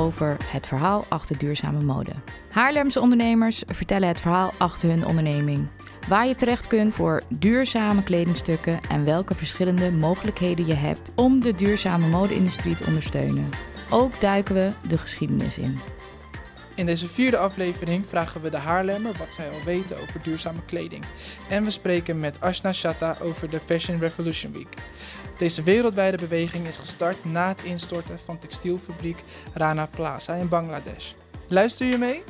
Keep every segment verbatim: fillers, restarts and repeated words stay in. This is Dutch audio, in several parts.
over het verhaal achter duurzame mode. Haarlemse ondernemers vertellen het verhaal achter hun onderneming. Waar je terecht kunt voor duurzame kledingstukken en welke verschillende mogelijkheden je hebt om de duurzame mode-industrie te ondersteunen. Ook duiken we de geschiedenis in. In deze vierde aflevering vragen we de Haarlemmer wat zij al weten over duurzame kleding. En we spreken met Ashna Shatta over de Fashion Revolution Week. Deze wereldwijde beweging is gestart na het instorten van textielfabriek Rana Plaza in Bangladesh. Luister je mee?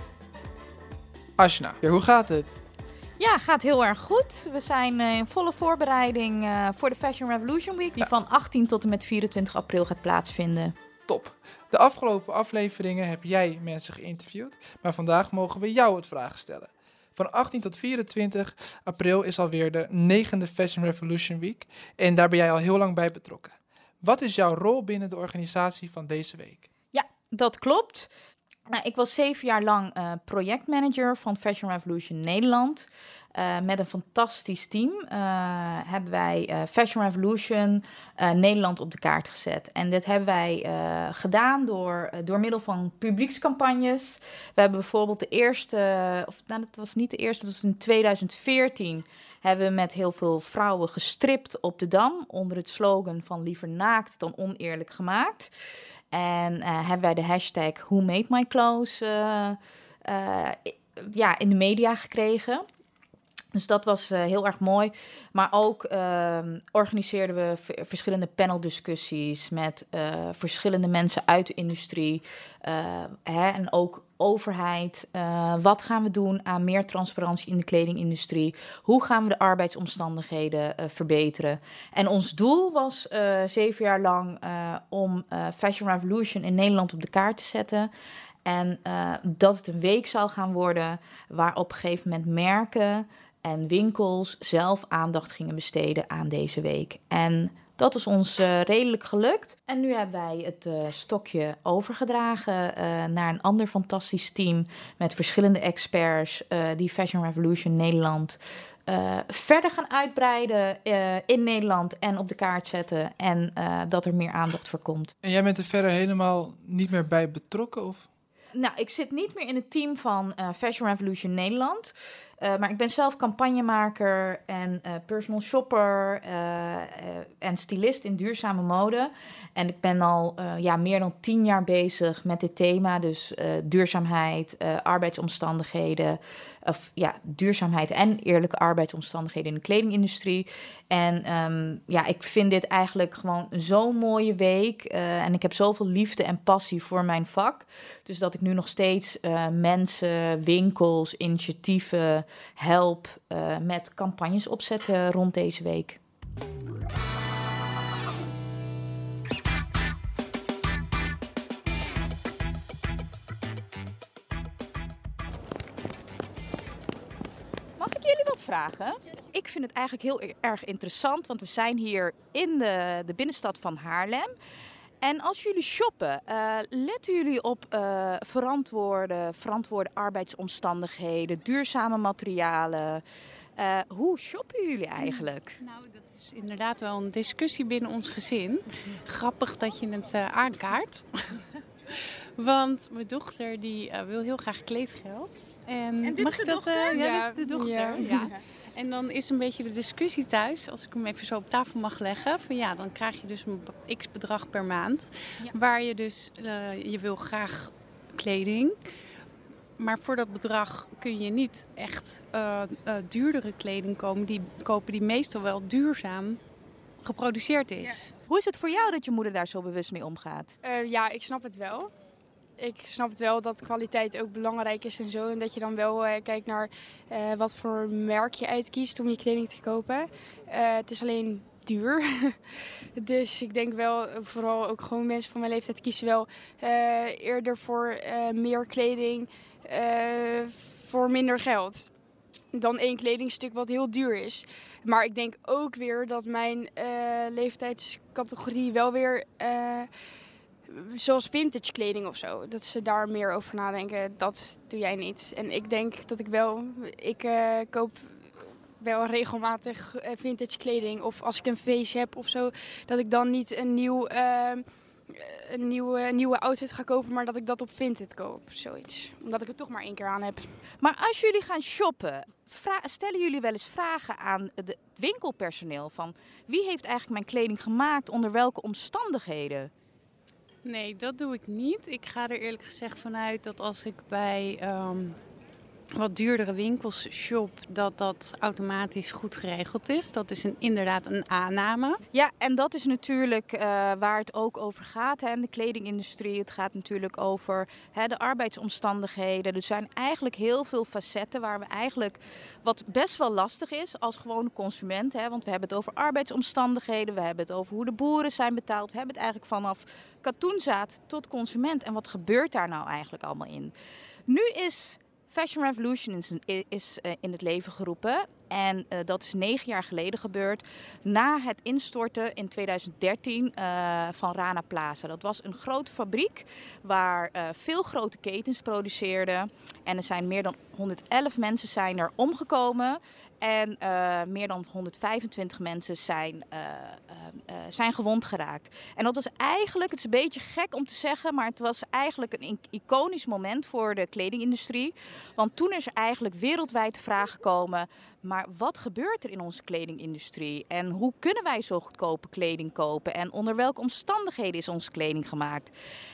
Ashna, ja, hoe gaat het? Ja, gaat heel erg goed. We zijn uh, in volle voorbereiding uh, voor de Fashion Revolution Week, die ja. van achttien tot en met vierentwintig april gaat plaatsvinden. Top. De afgelopen afleveringen heb jij mensen geïnterviewd, maar vandaag mogen we jou het vragen stellen. Van achttien tot vierentwintig april is alweer de negende Fashion Revolution Week en daar ben jij al heel lang bij betrokken. Wat is jouw rol binnen de organisatie van deze week? Ja, dat klopt. Nou, ik was zeven jaar lang uh, projectmanager van Fashion Revolution Nederland. Uh, met een fantastisch team uh, hebben wij uh, Fashion Revolution uh, Nederland op de kaart gezet. En dit hebben wij uh, gedaan door, uh, door middel van publiekscampagnes. We hebben bijvoorbeeld de eerste, of nou, dat was niet de eerste, dat was in tweeduizend veertien... hebben we met heel veel vrouwen gestript op de Dam onder het slogan van liever naakt dan oneerlijk gemaakt. En uh, hebben wij de hashtag Who Made My Clothes uh, uh, ja, in de media gekregen. Dus dat was uh, heel erg mooi. Maar ook uh, organiseerden we v- verschillende paneldiscussies met uh, verschillende mensen uit de industrie. Uh, hè, en ook overheid. Uh, wat gaan we doen aan meer transparantie in de kledingindustrie? Hoe gaan we de arbeidsomstandigheden uh, verbeteren? En ons doel was uh, zeven jaar lang uh, om uh, Fashion Revolution in Nederland op de kaart te zetten. En uh, dat het een week zou gaan worden waar op een gegeven moment merken en winkels zelf aandacht gingen besteden aan deze week. En dat is ons uh, redelijk gelukt. En nu hebben wij het uh, stokje overgedragen uh, naar een ander fantastisch team met verschillende experts uh, die Fashion Revolution Nederland uh, verder gaan uitbreiden uh, in Nederland en op de kaart zetten. En uh, dat er meer aandacht voor komt. En jij bent er verder helemaal niet meer bij betrokken, of? Nou, ik zit niet meer in het team van uh, Fashion Revolution Nederland. Uh, maar ik ben zelf campagnemaker en uh, personal shopper uh, uh, en stylist in duurzame mode. En ik ben al uh, ja, meer dan tien jaar bezig met dit thema. Dus uh, duurzaamheid, uh, arbeidsomstandigheden, of ja, duurzaamheid en eerlijke arbeidsomstandigheden in de kledingindustrie. En um, ja, ik vind dit eigenlijk gewoon zo'n mooie week. Uh, en ik heb zoveel liefde en passie voor mijn vak. Dus dat ik nu nog steeds uh, mensen, winkels, initiatieven help uh, met campagnes opzetten rond deze week. Mag ik jullie wat vragen? Ik vind het eigenlijk heel erg interessant, want we zijn hier in de, de binnenstad van Haarlem. En als jullie shoppen, uh, letten jullie op uh, verantwoorde, verantwoorde arbeidsomstandigheden, duurzame materialen? Uh, hoe shoppen jullie eigenlijk? Nou, dat is inderdaad wel een discussie binnen ons gezin. Grappig dat je het uh, aankaart. Want mijn dochter die uh, wil heel graag kleedgeld. En, en dit mag is de ik dat, dochter? Uh, ja, ja, dit is de dochter. Ja. Ja. En dan is een beetje de discussie thuis, als ik hem even zo op tafel mag leggen. Van ja, dan krijg je dus een x bedrag per maand. Ja. Waar je dus, uh, je wil graag kleding. Maar voor dat bedrag kun je niet echt uh, uh, duurdere kleding komen die, kopen die meestal wel duurzaam geproduceerd is. Ja. Hoe is het voor jou dat je moeder daar zo bewust mee omgaat? Uh, ja, ik snap het wel. Ik snap het wel dat kwaliteit ook belangrijk is en zo. En dat je dan wel uh, kijkt naar uh, wat voor merk je uitkiest om je kleding te kopen. Uh, het is alleen duur. Dus ik denk wel, vooral ook gewoon mensen van mijn leeftijd kiezen wel uh, eerder voor uh, meer kleding uh, voor minder geld. Dan één kledingstuk wat heel duur is. Maar ik denk ook weer dat mijn uh, leeftijdscategorie wel weer Uh, zoals vintage kleding of zo. Dat ze daar meer over nadenken. Dat doe jij niet. En ik denk dat ik wel... Ik uh, koop wel regelmatig uh, vintage kleding. Of als ik een feestje heb of zo. Dat ik dan niet een nieuw uh, een nieuwe, een nieuwe outfit ga kopen, maar dat ik dat op Vinted koop. Zoiets. Omdat ik het toch maar één keer aan heb. Maar als jullie gaan shoppen, vra- stellen jullie wel eens vragen aan het winkelpersoneel van wie heeft eigenlijk mijn kleding gemaakt, onder welke omstandigheden? Nee, dat doe ik niet. Ik ga er eerlijk gezegd vanuit dat als ik bij um, wat duurdere winkels shop, dat dat automatisch goed geregeld is. Dat is een, inderdaad een aanname. Ja, en dat is natuurlijk uh, waar het ook over gaat hè, in de kledingindustrie. Het gaat natuurlijk over hè, de arbeidsomstandigheden. Er zijn eigenlijk heel veel facetten waar we eigenlijk, wat best wel lastig is als gewone consument. Hè, want we hebben het over arbeidsomstandigheden, we hebben het over hoe de boeren zijn betaald. We hebben het eigenlijk vanaf katoenzaad tot consument. En wat gebeurt daar nou eigenlijk allemaal in? Nu is Fashion Revolution is, is uh, in het leven geroepen en uh, dat is negen jaar geleden gebeurd na het instorten in tweeduizend dertien uh, van Rana Plaza. Dat was een grote fabriek waar uh, veel grote ketens produceerden en er zijn meer dan honderdelf mensen zijn er omgekomen. En uh, meer dan honderdvijfentwintig mensen zijn, uh, uh, uh, zijn gewond geraakt. En dat was eigenlijk, het is een beetje gek om te zeggen, maar het was eigenlijk een iconisch moment voor de kledingindustrie. Want toen is er eigenlijk wereldwijd de vraag gekomen, maar wat gebeurt er in onze kledingindustrie? En hoe kunnen wij zo goedkope kleding kopen? En onder welke omstandigheden is onze kleding gemaakt?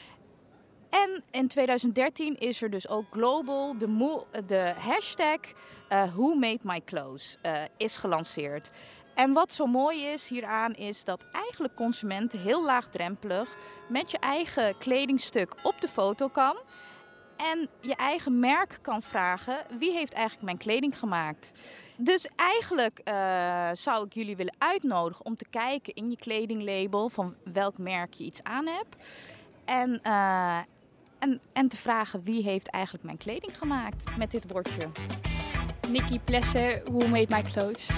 En in tweeduizend dertien is er dus ook global de, mo- de hashtag uh, Who Made My Clothes uh, is gelanceerd. En wat zo mooi is hieraan is dat eigenlijk consumenten heel laagdrempelig met je eigen kledingstuk op de foto kan. En je eigen merk kan vragen, wie heeft eigenlijk mijn kleding gemaakt? Dus eigenlijk uh, zou ik jullie willen uitnodigen om te kijken in je kledinglabel van welk merk je iets aan hebt. En, uh, en, en te vragen wie heeft eigenlijk mijn kleding gemaakt met dit bordje. Nikki Plessen, Who Made My Clothes.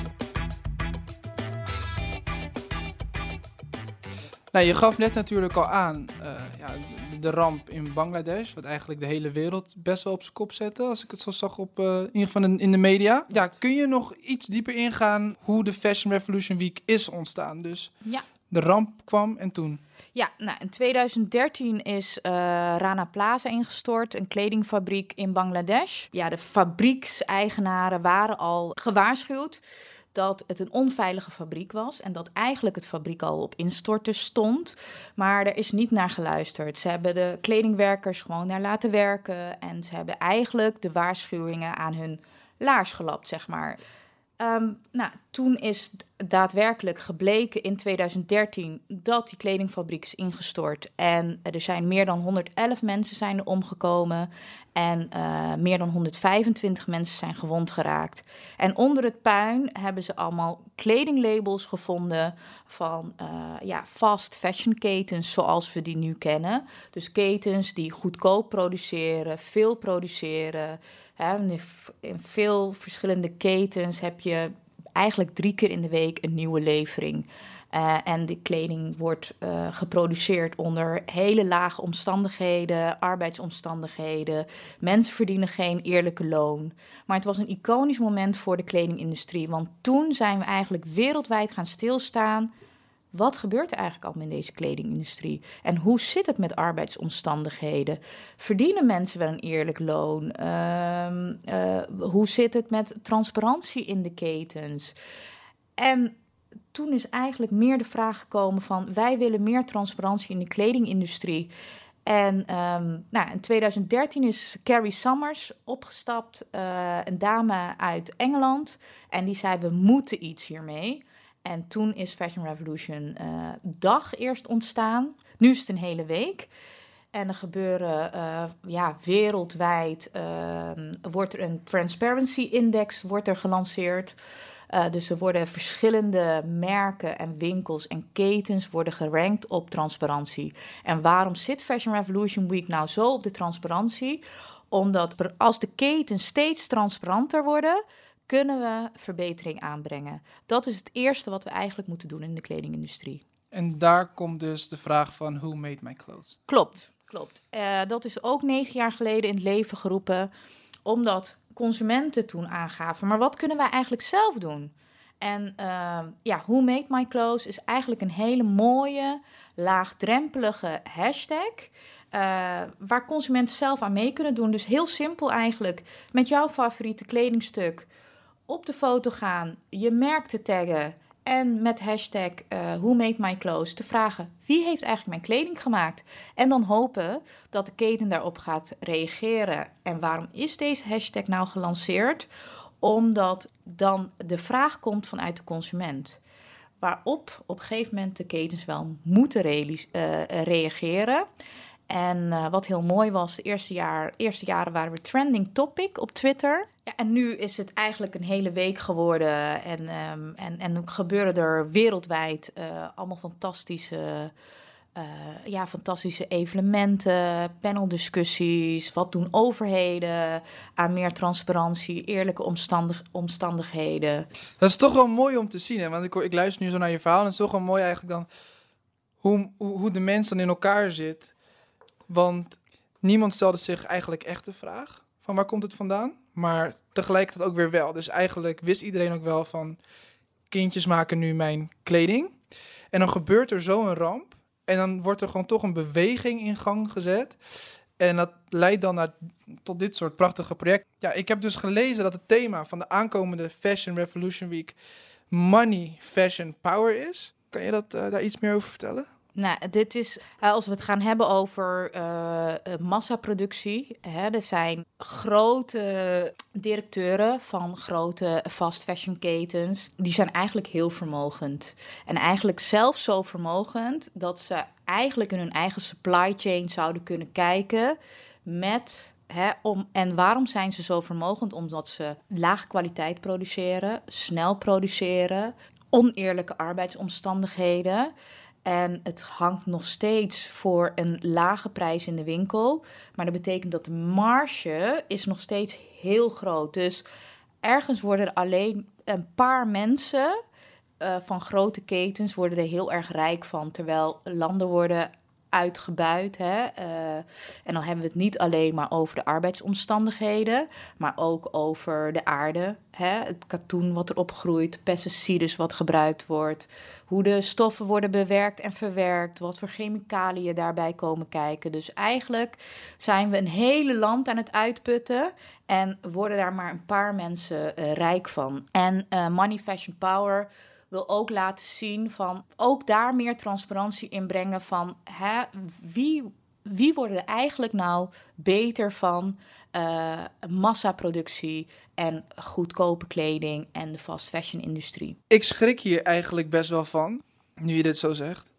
Nou, je gaf net natuurlijk al aan uh, ja, de, de ramp in Bangladesh, wat eigenlijk de hele wereld best wel op zijn kop zette, als ik het zo zag op, uh, in ieder geval in, in de media. Ja, kun je nog iets dieper ingaan hoe de Fashion Revolution Week is ontstaan? Dus ja. De ramp kwam en toen? Ja, nou, in tweeduizend dertien is uh, Rana Plaza ingestort, een kledingfabriek in Bangladesh. Ja, de fabriekseigenaren waren al gewaarschuwd dat het een onveilige fabriek was en dat eigenlijk het fabriek al op instorten stond. Maar er is niet naar geluisterd. Ze hebben de kledingwerkers gewoon naar laten werken en ze hebben eigenlijk de waarschuwingen aan hun laars gelapt, zeg maar. Um, nou, toen is daadwerkelijk gebleken in tweeduizend dertien dat die kledingfabriek is ingestort. En er zijn meer dan honderdelf mensen zijn er omgekomen. En uh, meer dan honderdvijfentwintig mensen zijn gewond geraakt. En onder het puin hebben ze allemaal kledinglabels gevonden van uh, ja, fast fashion ketens zoals we die nu kennen. Dus ketens die goedkoop produceren, veel produceren. In veel verschillende ketens heb je eigenlijk drie keer in de week een nieuwe levering. Uh, en de kleding wordt uh, geproduceerd onder hele lage omstandigheden, arbeidsomstandigheden. Mensen verdienen geen eerlijke loon. Maar het was een iconisch moment voor de kledingindustrie. Want toen zijn we eigenlijk wereldwijd gaan stilstaan. Wat gebeurt er eigenlijk allemaal in deze kledingindustrie? En hoe zit het met arbeidsomstandigheden? Verdienen mensen wel een eerlijk loon? Uh, uh, hoe zit het met transparantie in de ketens? En toen is eigenlijk meer de vraag gekomen van, wij willen meer transparantie in de kledingindustrie. En um, nou, in tweeduizend dertien is Carrie Summers opgestapt, uh, een dame uit Engeland. En die zei, we moeten iets hiermee. En toen is Fashion Revolution uh, dag eerst ontstaan. Nu is het een hele week. En er gebeuren uh, ja, wereldwijd, uh, wordt er een Transparency Index wordt er gelanceerd. Uh, dus er worden verschillende merken en winkels en ketens worden gerankt op transparantie. En waarom zit Fashion Revolution Week nou zo op de transparantie? Omdat als de ketens steeds transparanter worden, kunnen we verbetering aanbrengen. Dat is het eerste wat we eigenlijk moeten doen in de kledingindustrie. En daar komt dus de vraag van Who Made My Clothes? Klopt, klopt. Uh, dat is ook negen jaar geleden in het leven geroepen, omdat consumenten toen aangaven, maar wat kunnen wij eigenlijk zelf doen? En uh, ja, Who Made My Clothes is eigenlijk een hele mooie, laagdrempelige hashtag... Uh, waar consumenten zelf aan mee kunnen doen. Dus heel simpel eigenlijk, met jouw favoriete kledingstuk op de foto gaan, je merk te taggen en met hashtag uh, Who Made My Clothes te vragen, wie heeft eigenlijk mijn kleding gemaakt? En dan hopen dat de keten daarop gaat reageren. En waarom is deze hashtag nou gelanceerd? Omdat dan de vraag komt vanuit de consument, waarop op een gegeven moment de ketens wel moeten realis- uh, reageren. En uh, wat heel mooi was, de eerste, jaar, eerste jaren waren we trending topic op Twitter. Ja, en nu is het eigenlijk een hele week geworden. En, um, en, en gebeuren er wereldwijd uh, allemaal fantastische, uh, ja, fantastische evenementen, paneldiscussies. Wat doen overheden aan meer transparantie, eerlijke omstandig, omstandigheden. Dat is toch wel mooi om te zien, hè? Want ik, ik luister nu zo naar je verhaal en het is toch wel mooi eigenlijk dan hoe, hoe, hoe de mens dan in elkaar zit. Want niemand stelde zich eigenlijk echt de vraag van waar komt het vandaan? Maar tegelijkertijd ook weer wel. Dus eigenlijk wist iedereen ook wel van kindjes maken nu mijn kleding. En dan gebeurt er zo een ramp. En dan wordt er gewoon toch een beweging in gang gezet. En dat leidt dan naar, tot dit soort prachtige projecten. Ja, ik heb dus gelezen dat het thema van de aankomende Fashion Revolution Week Money, Fashion, Power is. Kan je dat, uh, daar iets meer over vertellen? Nou, dit is, als we het gaan hebben over uh, massaproductie. Hè, er zijn grote directeuren van grote fast fashion ketens. Die zijn eigenlijk heel vermogend. En eigenlijk zelfs zo vermogend dat ze eigenlijk in hun eigen supply chain zouden kunnen kijken met... Hè, om, en waarom zijn ze zo vermogend? Omdat ze laag kwaliteit produceren, snel produceren, oneerlijke arbeidsomstandigheden. En het hangt nog steeds voor een lage prijs in de winkel. Maar dat betekent dat de marge is nog steeds heel groot. Dus ergens worden er alleen een paar mensen uh, van grote ketens worden er heel erg rijk van. Terwijl landen worden uitgebuit. Hè? Uh, en dan hebben we het niet alleen maar over de arbeidsomstandigheden, maar ook over de aarde. Hè? Het katoen wat erop groeit, pesticides wat gebruikt wordt, hoe de stoffen worden bewerkt en verwerkt, wat voor chemicaliën daarbij komen kijken. Dus eigenlijk zijn we een hele land aan het uitputten en worden daar maar een paar mensen uh, rijk van. En uh, Money, Fashion, Power wil ook laten zien van ook daar meer transparantie in brengen van hè, wie, wie worden er eigenlijk nou beter van uh, massaproductie en goedkope kleding en de fast fashion industrie. Ik schrik hier eigenlijk best wel van, nu je dit zo zegt.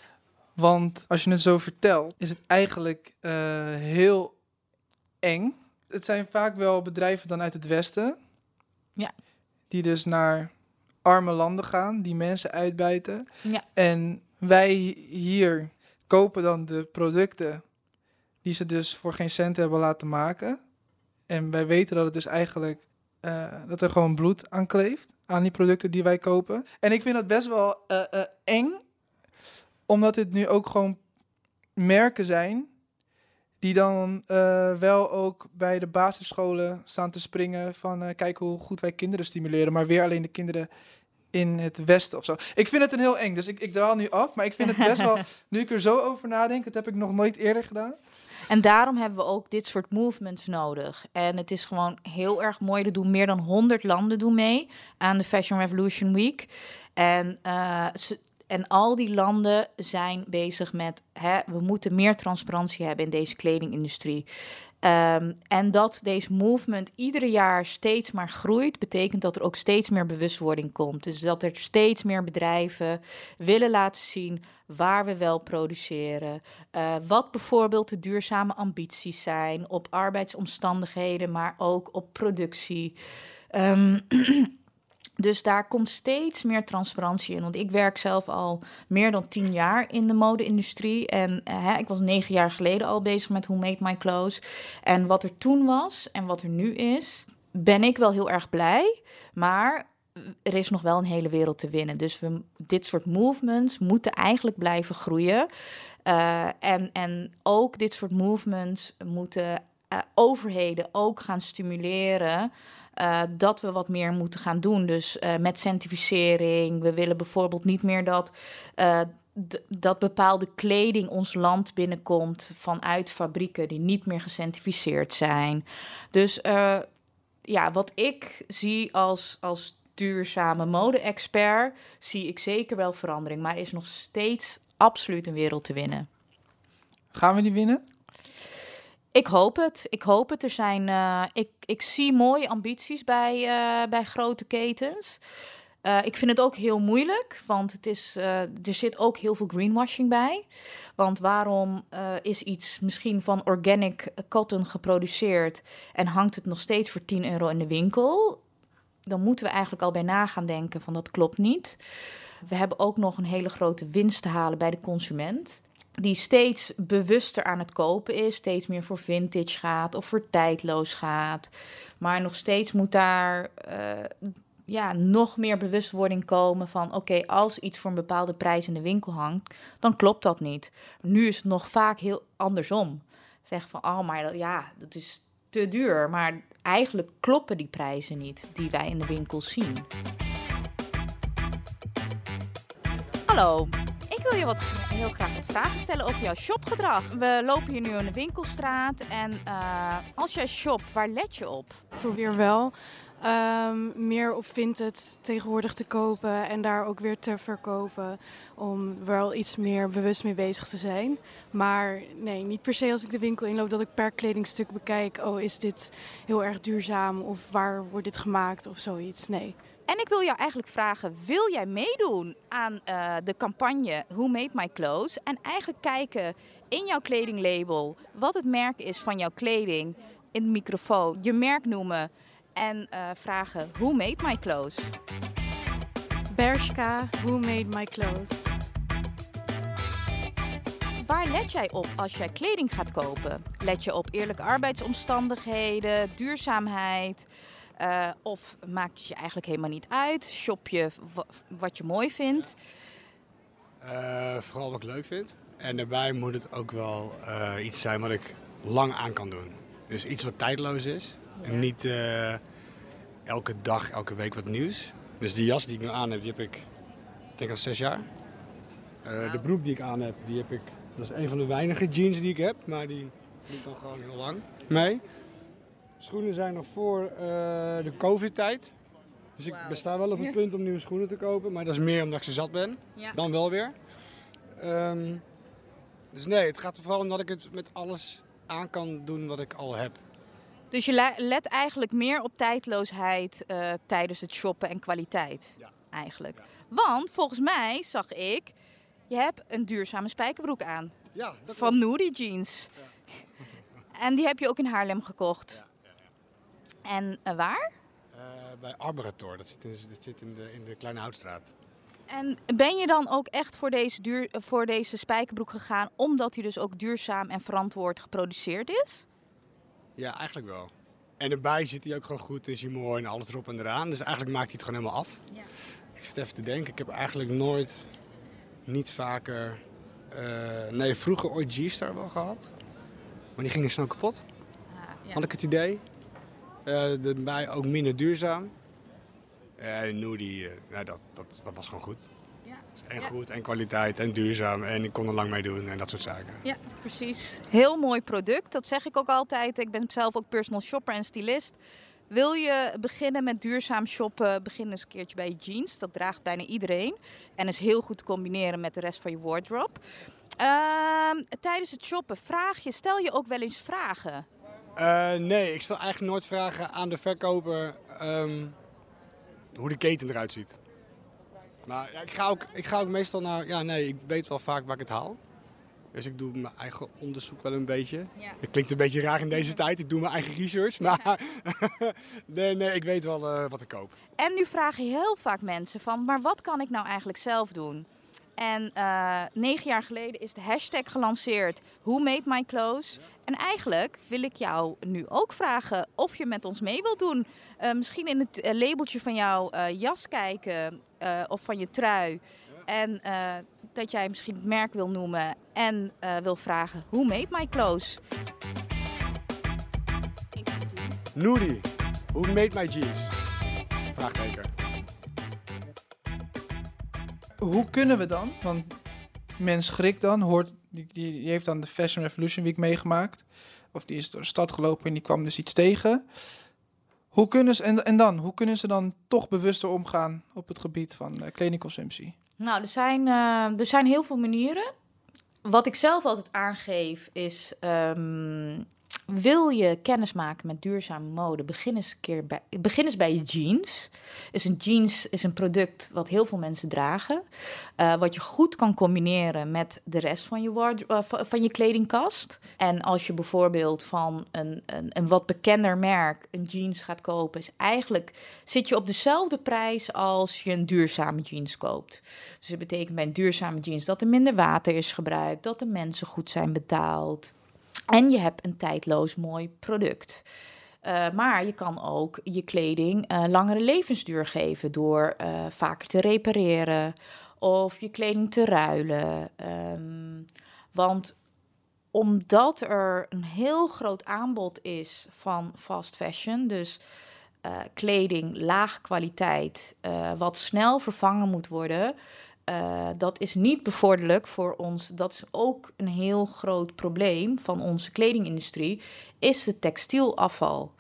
Want als je het zo vertelt, is het eigenlijk uh, heel eng. Het zijn vaak wel bedrijven dan uit het Westen. Ja. Die dus naar arme landen gaan, die mensen uitbuiten. Ja. En wij hier kopen dan de producten die ze dus voor geen cent hebben laten maken. En wij weten dat het dus eigenlijk, uh, dat er gewoon bloed aan kleeft, aan die producten die wij kopen. En ik vind dat best wel uh, uh, eng, omdat dit nu ook gewoon merken zijn die dan uh, wel ook bij de basisscholen staan te springen van uh, kijk hoe goed wij kinderen stimuleren, maar weer alleen de kinderen in het Westen of zo. Ik vind het een heel eng, dus ik, ik dwaal nu af, maar ik vind het best wel, nu ik er zo over nadenk, dat heb ik nog nooit eerder gedaan. En daarom hebben we ook dit soort movements nodig. En het is gewoon heel erg mooi. Er doen meer dan honderd landen doen mee aan de Fashion Revolution Week. En uh, ze, En al die landen zijn bezig met, hè, we moeten meer transparantie hebben in deze kledingindustrie. Um, en dat deze movement ieder jaar steeds maar groeit, betekent dat er ook steeds meer bewustwording komt. Dus dat er steeds meer bedrijven willen laten zien waar we wel produceren. Uh, wat bijvoorbeeld de duurzame ambities zijn op arbeidsomstandigheden, maar ook op productie. Um, Dus daar komt steeds meer transparantie in. Want ik werk zelf al meer dan tien jaar in de mode-industrie. En uh, hè, ik was negen jaar geleden al bezig met Who Made My Clothes. En wat er toen was en wat er nu is, ben ik wel heel erg blij. Maar er is nog wel een hele wereld te winnen. Dus we, dit soort movements moeten eigenlijk blijven groeien. Uh, en, en ook dit soort movements moeten uh, overheden ook gaan stimuleren uh, dat we wat meer moeten gaan doen. Dus uh, met certificering. We willen bijvoorbeeld niet meer dat, uh, d- dat bepaalde kleding ons land binnenkomt vanuit fabrieken die niet meer gecertificeerd zijn. Dus uh, ja, wat ik zie als, als duurzame mode-expert, zie ik zeker wel verandering. Maar er is nog steeds absoluut een wereld te winnen. Gaan we die winnen? Ik hoop het. Ik hoop het. Er zijn, uh, ik, ik zie mooie ambities bij, uh, bij grote ketens. Uh, ik vind het ook heel moeilijk, want het is, uh, er zit ook heel veel greenwashing bij. Want waarom uh, is iets misschien van organic cotton geproduceerd en hangt het nog steeds voor tien euro in de winkel? Dan moeten we eigenlijk al bij na gaan denken van dat klopt niet. We hebben ook nog een hele grote winst te halen bij de consument, die steeds bewuster aan het kopen is, steeds meer voor vintage gaat of voor tijdloos gaat. Maar nog steeds moet daar uh, ja, nog meer bewustwording komen van oké, okay, als iets voor een bepaalde prijs in de winkel hangt, dan klopt dat niet. Nu is het nog vaak heel andersom. Zeggen van, oh, maar dat, ja, dat is te duur. Maar eigenlijk kloppen die prijzen niet die wij in de winkel zien. Hallo. Ik wil je wat, heel graag wat vragen stellen over jouw shopgedrag. We lopen hier nu in de winkelstraat en uh, als jij shopt, waar let je op? Ik probeer wel um, meer op Vinted tegenwoordig te kopen en daar ook weer te verkopen. Om wel iets meer bewust mee bezig te zijn. Maar nee, niet per se als ik de winkel inloop dat ik per kledingstuk bekijk. Oh, is dit heel erg duurzaam of waar wordt dit gemaakt of zoiets? Nee. En ik wil jou eigenlijk vragen, wil jij meedoen aan uh, de campagne Who Made My Clothes? En eigenlijk kijken in jouw kledinglabel wat het merk is van jouw kleding. In de microfoon je merk noemen en uh, vragen Who Made My Clothes? Bershka, Who Made My Clothes? Waar let jij op als jij kleding gaat kopen? Let je op eerlijke arbeidsomstandigheden, duurzaamheid? Uh, of maakt het je eigenlijk helemaal niet uit? Shop je w- wat je mooi vindt? Uh, vooral wat ik leuk vind. En daarbij moet het ook wel uh, iets zijn wat ik lang aan kan doen. Dus iets wat tijdloos is. Ja. En niet uh, elke dag, elke week wat nieuws. Dus die jas die ik nu aan heb, die heb ik, ik denk al zes jaar. Uh, wow. De broek die ik aan heb, die heb ik... Dat is een van de weinige jeans die ik heb. Maar die doe ik dan gewoon heel lang mee. Schoenen zijn nog voor uh, de COVID-tijd. Dus ik wow. sta wel op het punt om nieuwe schoenen te kopen. Maar dat is meer omdat ik ze zat ben. Ja. Dan wel weer. Um, dus nee, het gaat er vooral om dat ik het met alles aan kan doen wat ik al heb. Dus je let eigenlijk meer op tijdloosheid uh, tijdens het shoppen en kwaliteit. Ja. Eigenlijk. Ja. Want volgens mij zag ik, je hebt een duurzame spijkerbroek aan. Ja, dat van Nudie Jeans. Ja. En die heb je ook in Haarlem gekocht. Ja. En uh, waar? Uh, bij Arborator, dat zit, in, dat zit in, de, in de Kleine Houtstraat. En ben je dan ook echt voor deze, duur, voor deze spijkerbroek gegaan omdat hij dus ook duurzaam en verantwoord geproduceerd is? Ja, eigenlijk wel. En erbij zit hij ook gewoon goed, is hij mooi en alles erop en eraan. Dus eigenlijk maakt hij het gewoon helemaal af. Ja. Ik zit even te denken, ik heb eigenlijk nooit, niet vaker... Uh, nee, vroeger ooit G-Star wel gehad. Maar die gingen snel kapot. Ah, ja. Had ik het idee. Uh, erbij ook minder duurzaam. En uh, Nudie, uh, nou, dat, dat, dat was gewoon goed. Ja. En ja. goed, en kwaliteit, en duurzaam. En ik kon er lang mee doen en dat soort zaken. Ja, precies. Heel mooi product, dat zeg ik ook altijd. Ik ben zelf ook personal shopper en stylist. Wil je beginnen met duurzaam shoppen, begin eens een keertje bij je jeans. Dat draagt bijna iedereen. En is heel goed te combineren met de rest van je wardrobe. Uh, tijdens het shoppen, vraag je, stel je ook wel eens vragen? Uh, nee, ik stel eigenlijk nooit vragen aan de verkoper um, hoe de keten eruit ziet. Maar ja, ik, ga ook, ik ga ook meestal naar... Ja, nee, ik weet wel vaak waar ik het haal. Dus ik doe mijn eigen onderzoek wel een beetje. Ja. Het klinkt een beetje raar in deze tijd. Ik doe mijn eigen research. Maar ja. nee, nee, ik weet wel uh, wat ik koop. En nu vragen heel vaak mensen van... Maar wat kan ik nou eigenlijk zelf doen? En uh, negen jaar geleden is de hashtag gelanceerd. Who Made My Clothes? Ja. En eigenlijk wil ik jou nu ook vragen of je met ons mee wilt doen. Uh, misschien in het uh, labeltje van jouw uh, jas kijken uh, of van je trui. Ja. En uh, dat jij misschien het merk wil noemen en uh, wil vragen Who Made My Clothes? Noody, who made my jeans? Vraagteken. Hoe kunnen we dan? Want mens schrikt dan, hoort, die, die, die heeft dan de Fashion Revolution Week meegemaakt. Of die is door de stad gelopen en die kwam dus iets tegen. Hoe kunnen ze, en, en dan, hoe kunnen ze dan toch bewuster omgaan op het gebied van uh, kledingconsumptie? Nou, er zijn, uh, er zijn heel veel manieren. Wat ik zelf altijd aangeef is, um, wil je kennis maken met duurzame mode, begin eens, een keer bij, begin eens bij je jeans. Dus een jeans is een product wat heel veel mensen dragen. Uh, wat je goed kan combineren met de rest van je, wardro- uh, van je kledingkast. En als je bijvoorbeeld van een, een, een wat bekender merk een jeans gaat kopen, is eigenlijk zit je op dezelfde prijs als je een duurzame jeans koopt. Dus dat betekent bij een duurzame jeans dat er minder water is gebruikt, dat de mensen goed zijn betaald. En je hebt een tijdloos mooi product. Uh, maar je kan ook je kleding uh, langere levensduur geven door uh, vaker te repareren of je kleding te ruilen. Um, want omdat er een heel groot aanbod is van fast fashion, dus uh, kleding laag kwaliteit, uh, wat snel vervangen moet worden, Uh, dat is niet bevorderlijk voor ons. Dat is ook een heel groot probleem van onze kledingindustrie, is het textielafval.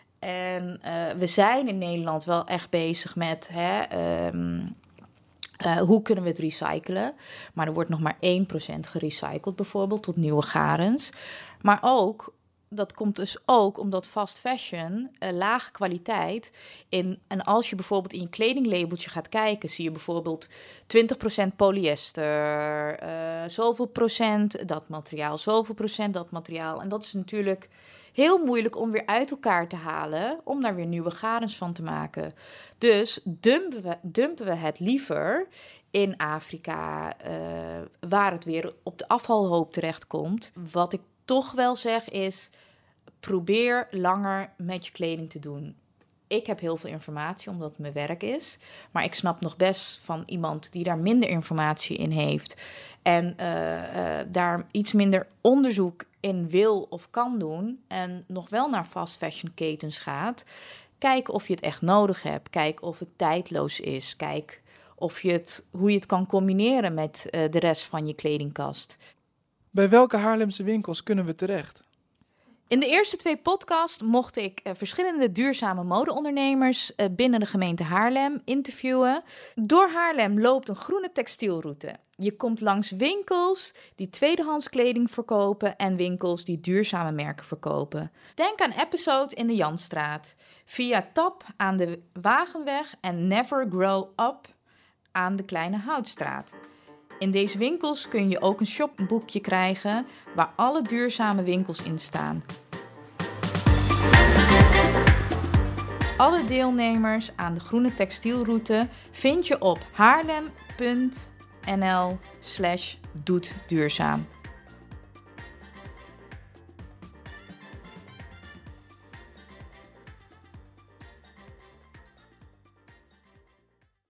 En uh, we zijn in Nederland wel echt bezig met hè, um, uh, hoe kunnen we het recyclen. Maar er wordt nog maar één procent gerecycled bijvoorbeeld tot nieuwe garens. Maar ook, dat komt dus ook omdat fast fashion, uh, lage kwaliteit, in, en als je bijvoorbeeld in je kledinglabeltje gaat kijken, zie je bijvoorbeeld twintig procent polyester, uh, zoveel procent dat materiaal, zoveel procent dat materiaal. En dat is natuurlijk heel moeilijk om weer uit elkaar te halen, om daar weer nieuwe garens van te maken. Dus dumpen we, dumpen we het liever in Afrika, uh, waar het weer op de afvalhoop terechtkomt. Wat ik toch wel zeg is, probeer langer met je kleding te doen. Ik heb heel veel informatie, omdat het mijn werk is. Maar ik snap nog best van iemand die daar minder informatie in heeft en uh, uh, daar iets minder onderzoek in wil of kan doen en nog wel naar fast fashion ketens gaat. Kijk of je het echt nodig hebt. Kijk of het tijdloos is. Kijk of je het, hoe je het kan combineren met uh, de rest van je kledingkast. Bij welke Haarlemse winkels kunnen we terecht? In de eerste twee podcasts mocht ik uh, verschillende duurzame modeondernemers uh, binnen de gemeente Haarlem interviewen. Door Haarlem loopt een groene textielroute. Je komt langs winkels die tweedehands kleding verkopen en winkels die duurzame merken verkopen. Denk aan episodes in de Janstraat, via Tap aan de Wagenweg en Never Grow Up aan de Kleine Houtstraat. In deze winkels kun je ook een shopboekje krijgen waar alle duurzame winkels in staan. Alle deelnemers aan de groene textielroute vind je op haarlem punt n l slash doet duurzaam.